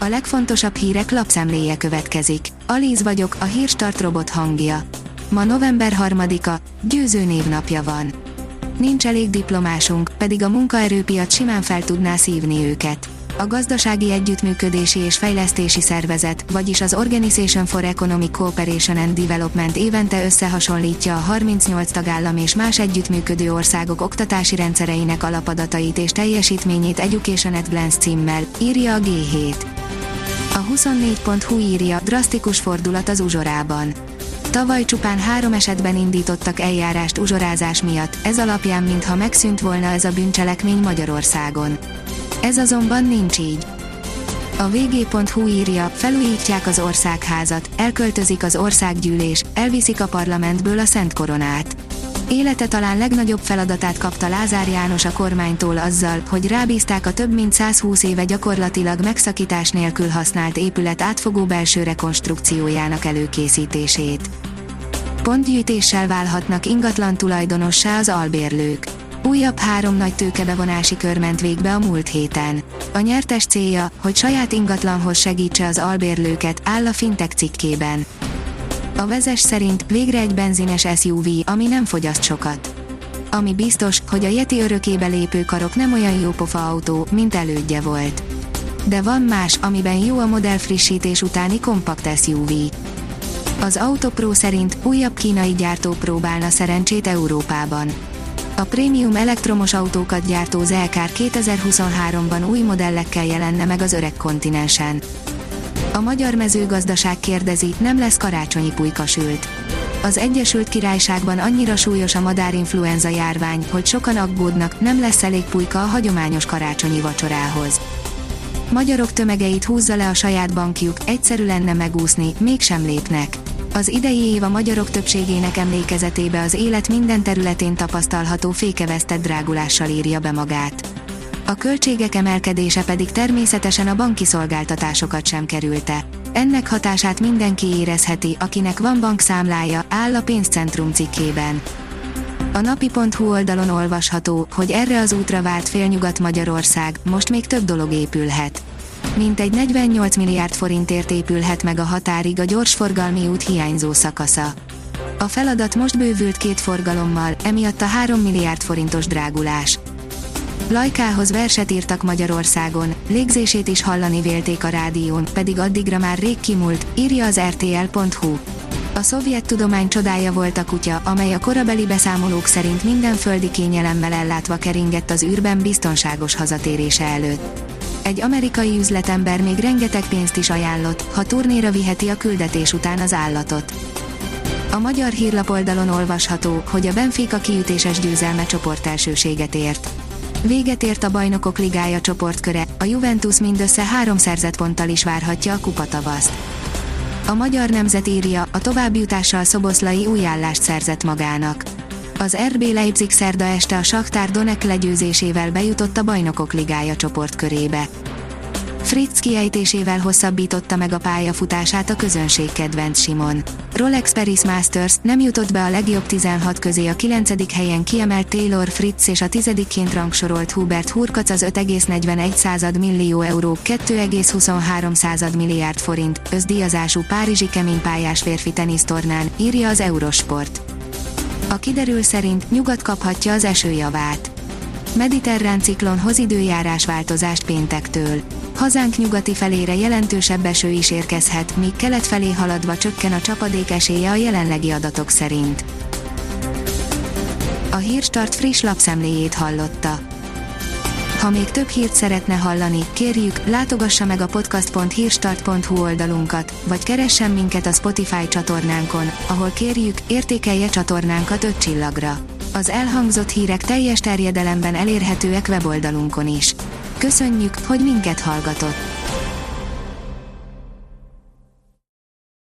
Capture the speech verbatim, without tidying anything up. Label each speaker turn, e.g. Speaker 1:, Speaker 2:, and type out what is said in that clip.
Speaker 1: A legfontosabb hírek lapszemléje következik. Alíz vagyok, a Hírstart robot hangja. Ma november harmadika, Győző névnapja van. Nincs elég diplomásunk, pedig a munkaerőpiac simán fel tudná szívni őket. A Gazdasági Együttműködési és Fejlesztési Szervezet, vagyis az Organization for Economic Cooperation and Development évente összehasonlítja a harmincnyolc tagállam és más együttműködő országok oktatási rendszereinek alapadatait és teljesítményét Education at Glance címmel, írja a gé hét. A huszonnégy pont hu írja, drasztikus fordulat az uzsorában. Tavaly csupán három esetben indítottak eljárást uzsorázás miatt, ez alapján mintha megszűnt volna ez a bűncselekmény Magyarországon. Ez azonban nincs így. A vé gé pont hu írja, felújítják az országházat, elköltözik az országgyűlés, elviszik a parlamentből a Szent Koronát. Élete talán legnagyobb feladatát kapta Lázár János a kormánytól azzal, hogy rábízták a több mint százhúsz éve gyakorlatilag megszakítás nélkül használt épület átfogó belső rekonstrukciójának előkészítését. Pontgyűjtéssel válhatnak ingatlan tulajdonossá az albérlők. Újabb három nagy tőkebevonási kör ment végbe a múlt héten. A nyertes célja, hogy saját ingatlanhoz segítse az albérlőket, áll a Fintech cikkében. A Vezes szerint végre egy benzines es u vé, ami nem fogyaszt sokat. Ami biztos, hogy a Yeti örökébe lépő karok nem olyan jópofa autó, mint elődje volt. De van más, amiben jó a modell frissítés utáni kompakt es u vé. Az Autopro szerint újabb kínai gyártó próbálna szerencsét Európában. A prémium elektromos autókat gyártó Zelkár kétezer-huszonháromban új modellekkel jelenne meg az öreg kontinensen. A magyar mezőgazdaság kérdezi, nem lesz karácsonyi pulykasült. Az Egyesült Királyságban annyira súlyos a madárinfluenza járvány, hogy sokan aggódnak, nem lesz elég pulyka a hagyományos karácsonyi vacsorához. Magyarok tömegeit húzza le a saját bankjuk, egyszerű lenne megúszni, mégsem lépnek. Az idei év a magyarok többségének emlékezetébe az élet minden területén tapasztalható fékevesztett drágulással írja be magát. A költségek emelkedése pedig természetesen a banki szolgáltatásokat sem kerülte. Ennek hatását mindenki érezheti, akinek van bankszámlája, áll a Pénzcentrum cikkében. A napi pont hu oldalon olvasható, hogy erre az útra várt Félnyugat-Magyarország, most még több dolog épülhet. Mintegy negyvennyolc milliárd forintért épülhet meg a határig a gyorsforgalmi út hiányzó szakasza. A feladat most bővült két forgalommal, emiatt a három milliárd forintos drágulás. Lajkához verset írtak Magyarországon, légzését is hallani vélték a rádión, pedig addigra már rég kimúlt, írja az er té el pont hu. A szovjet tudomány csodája volt a kutya, amely a korabeli beszámolók szerint minden földi kényelemmel ellátva keringett az űrben biztonságos hazatérése előtt. Egy amerikai üzletember még rengeteg pénzt is ajánlott, ha turnéra viheti a küldetés után az állatot. A magyar hírlapoldalon olvasható, hogy a Benfica kiütéses győzelme csoportelsőséget ért. Véget ért a Bajnokok Ligája csoportköre, a Juventus mindössze három szerzett ponttal is várhatja a kupatavaszt. A Magyar Nemzet írja, a továbbjutással Szoboszlai új állást szerzett magának. Az er bé Leipzig szerda este a Sakhtar Donetsk legyőzésével bejutott a Bajnokok Ligája csoportkörébe. Fritz kiejtésével hosszabbította meg a pályafutását a közönség kedvenc Simon. Rolex Paris Masters nem jutott be a legjobb tizenhat közé a kilencedik helyen kiemelt Taylor Fritz és a tizedikként rangsorolt Hubert Hurkacz az öt egész negyvenegy millió euró két egész huszonhárom milliárd forint összdíjazású párizsi keménypályás férfi tenisztornán, írja az Eurosport. A kiderül szerint nyugat kaphatja az esőjavát. Mediterrán ciklon hoz időjárás változást péntektől. Hazánk nyugati felére jelentősebb eső is érkezhet, míg kelet felé haladva csökken a csapadék esélye a jelenlegi adatok szerint. A Hírstart friss lapszemléjét hallotta. Ha még több hírt szeretne hallani, kérjük, látogassa meg a podcast pont hírstart pont hu oldalunkat, vagy keressen minket a Spotify csatornánkon, ahol kérjük, értékelje csatornánkat öt csillagra. Az elhangzott hírek teljes terjedelemben elérhetőek weboldalunkon is. Köszönjük, hogy minket hallgatott!